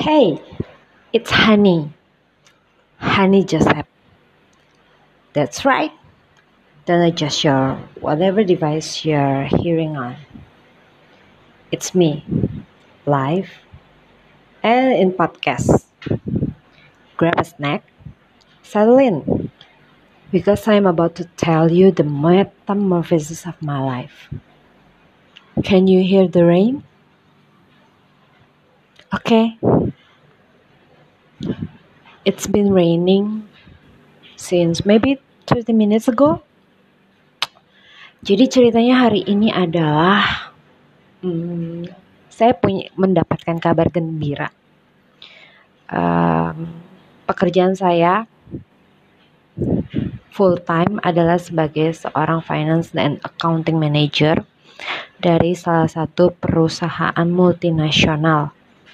Hey, it's Honey Joseph. That's right. Don't adjust your whatever device you're hearing on. It's me, live and in podcast. Grab a snack, settle in, because I'm about to tell you the metamorphosis of my life. Can you hear the rain? Okay. It's been raining since maybe 30 minutes ago. Jadi ceritanya hari ini adalah saya mendapatkan kabar gembira. Pekerjaan saya full time adalah sebagai seorang finance dan accounting manager dari salah satu perusahaan multinasional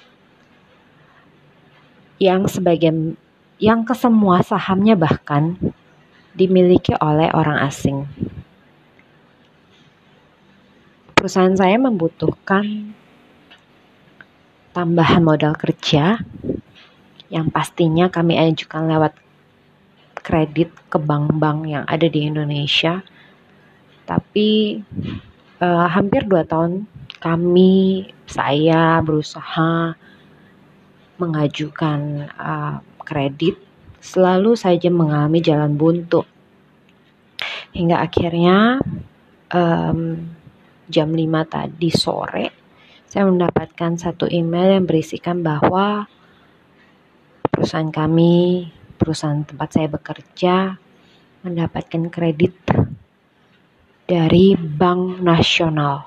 yang kesemua sahamnya bahkan dimiliki oleh orang asing. Perusahaan saya membutuhkan tambahan modal kerja yang pastinya kami ajukan lewat kredit ke bank-bank yang ada di Indonesia. Tapi hampir 2 tahun saya berusaha mengajukan kredit, selalu saja mengalami jalan buntu. Hingga akhirnya jam 5 tadi sore saya mendapatkan satu email yang berisikan bahwa perusahaan tempat saya bekerja mendapatkan kredit dari Bank Nasional.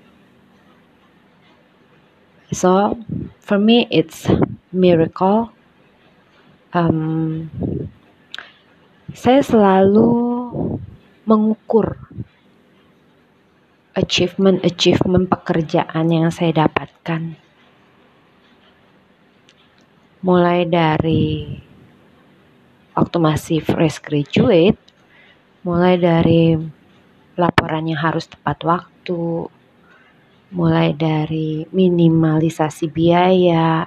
So for me it's miracle. Saya selalu mengukur achievement pekerjaan yang saya dapatkan, mulai dari waktu masih fresh graduate, mulai dari laporan yang harus tepat waktu, mulai dari minimalisasi biaya,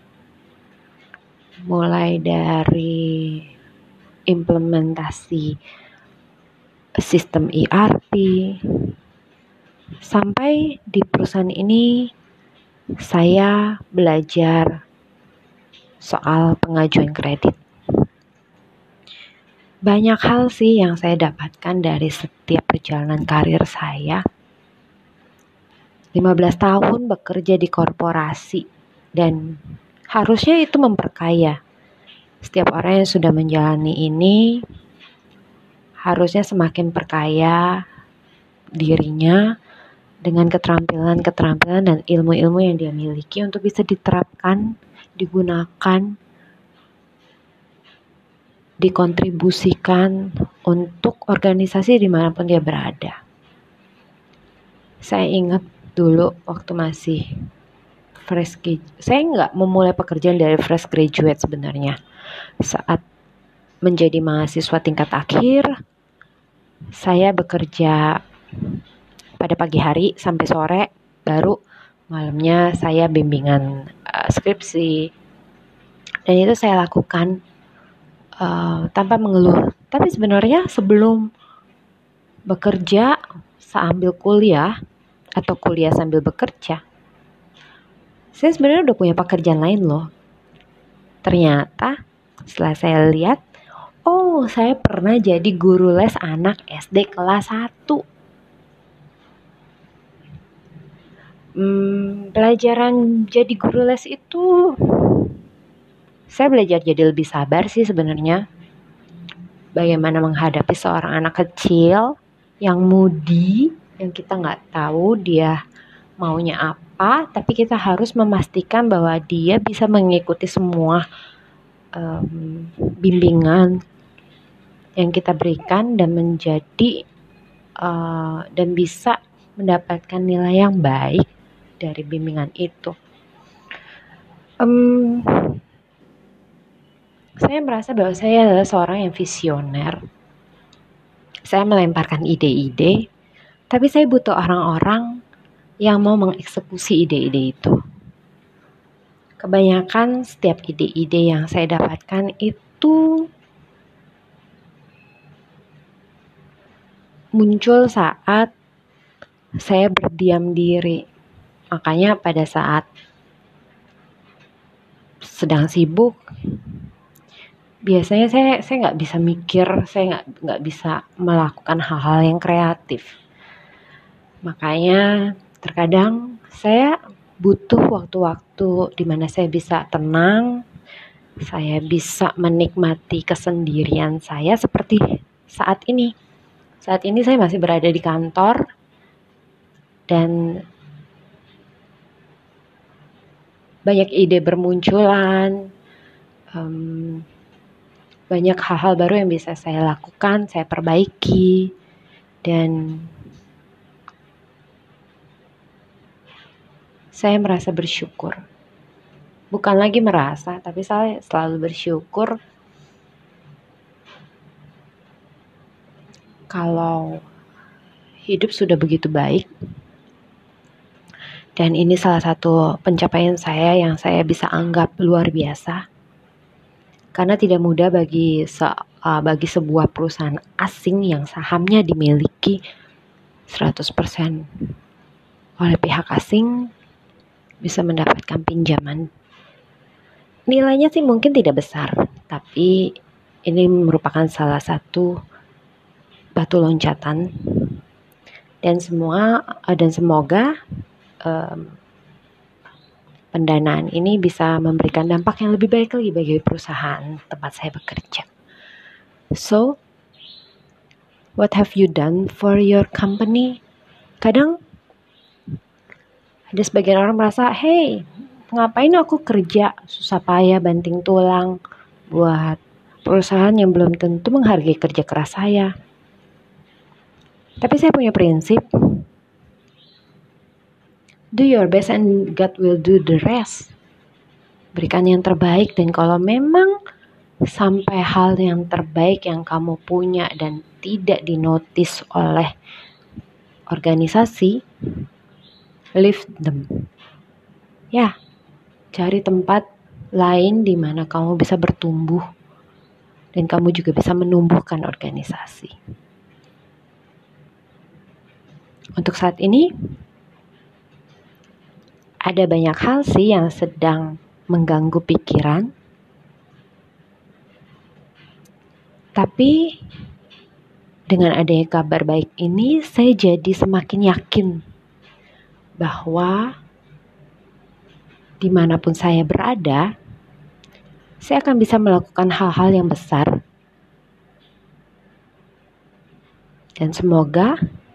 mulai dari implementasi sistem ERP, sampai di perusahaan ini saya belajar soal pengajuan kredit. Banyak hal sih yang saya dapatkan dari setiap perjalanan karir saya. 15 tahun bekerja di korporasi dan harusnya itu memperkaya. Setiap orang yang sudah menjalani ini harusnya semakin perkaya dirinya dengan keterampilan dan ilmu-ilmu yang dia miliki untuk bisa diterapkan, digunakan, dikontribusikan untuk organisasi dimanapun dia berada. Saya ingat dulu waktu masih fresh graduate, saya nggak memulai pekerjaan dari fresh graduate sebenarnya. Saat menjadi mahasiswa tingkat akhir, saya bekerja pada pagi hari sampai sore, baru malamnya saya bimbingan skripsi. Dan itu saya lakukan tanpa mengeluh. Tapi sebenarnya sebelum bekerja sambil kuliah atau kuliah sambil bekerja, saya sebenarnya udah punya pekerjaan lain loh. Ternyata setelah saya lihat, saya pernah jadi guru les anak SD kelas 1. Pelajaran jadi guru les itu saya belajar jadi lebih sabar sih sebenarnya. Bagaimana menghadapi seorang anak kecil yang moody, yang kita nggak tahu dia maunya apa, tapi kita harus memastikan bahwa dia bisa mengikuti semua bimbingan yang kita berikan dan dan bisa mendapatkan nilai yang baik dari bimbingan itu. Saya merasa bahwa saya adalah seorang yang visioner. Saya melemparkan ide-ide, tapi saya butuh orang-orang yang mau mengeksekusi ide-ide itu. Kebanyakan setiap ide-ide yang saya dapatkan itu muncul saat saya berdiam diri. Makanya pada saat sedang sibuk, biasanya saya nggak bisa mikir, saya nggak bisa melakukan hal-hal yang kreatif. Makanya terkadang saya butuh waktu-waktu di mana saya bisa tenang, saya bisa menikmati kesendirian saya seperti saat ini. Saat ini saya masih berada di kantor dan banyak ide bermunculan, banyak hal-hal baru yang bisa saya lakukan, saya perbaiki, dan saya merasa bersyukur. Bukan lagi merasa, tapi saya selalu bersyukur kalau hidup sudah begitu baik. Dan ini salah satu pencapaian saya yang saya bisa anggap luar biasa. Karena tidak mudah bagi sebuah perusahaan asing yang sahamnya dimiliki 100% oleh pihak asing bisa mendapatkan pinjaman. Nilainya sih mungkin tidak besar, tapi ini merupakan salah satu batu loncatan. Dan semoga pendanaan ini bisa memberikan dampak yang lebih baik lagi bagi perusahaan tempat saya bekerja. So, what have you done for your company? Kadang ada sebagian orang merasa, hey, ngapain aku kerja susah payah banting tulang buat perusahaan yang belum tentu menghargai kerja keras saya. Tapi saya punya prinsip, do your best and God will do the rest. Berikan yang terbaik, dan kalau memang sampai hal yang terbaik yang kamu punya dan tidak dinotis oleh organisasi, leave them. Ya, cari tempat lain di mana kamu bisa bertumbuh dan kamu juga bisa menumbuhkan organisasi. Untuk saat ini, ada banyak hal sih yang sedang mengganggu pikiran. Tapi dengan adanya kabar baik ini, saya jadi semakin yakin bahwa dimanapun saya berada, saya akan bisa melakukan hal-hal yang besar. Dan semoga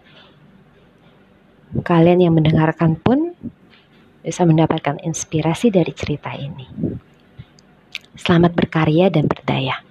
kalian yang mendengarkan pun bisa mendapatkan inspirasi dari cerita ini. Selamat berkarya dan berdaya.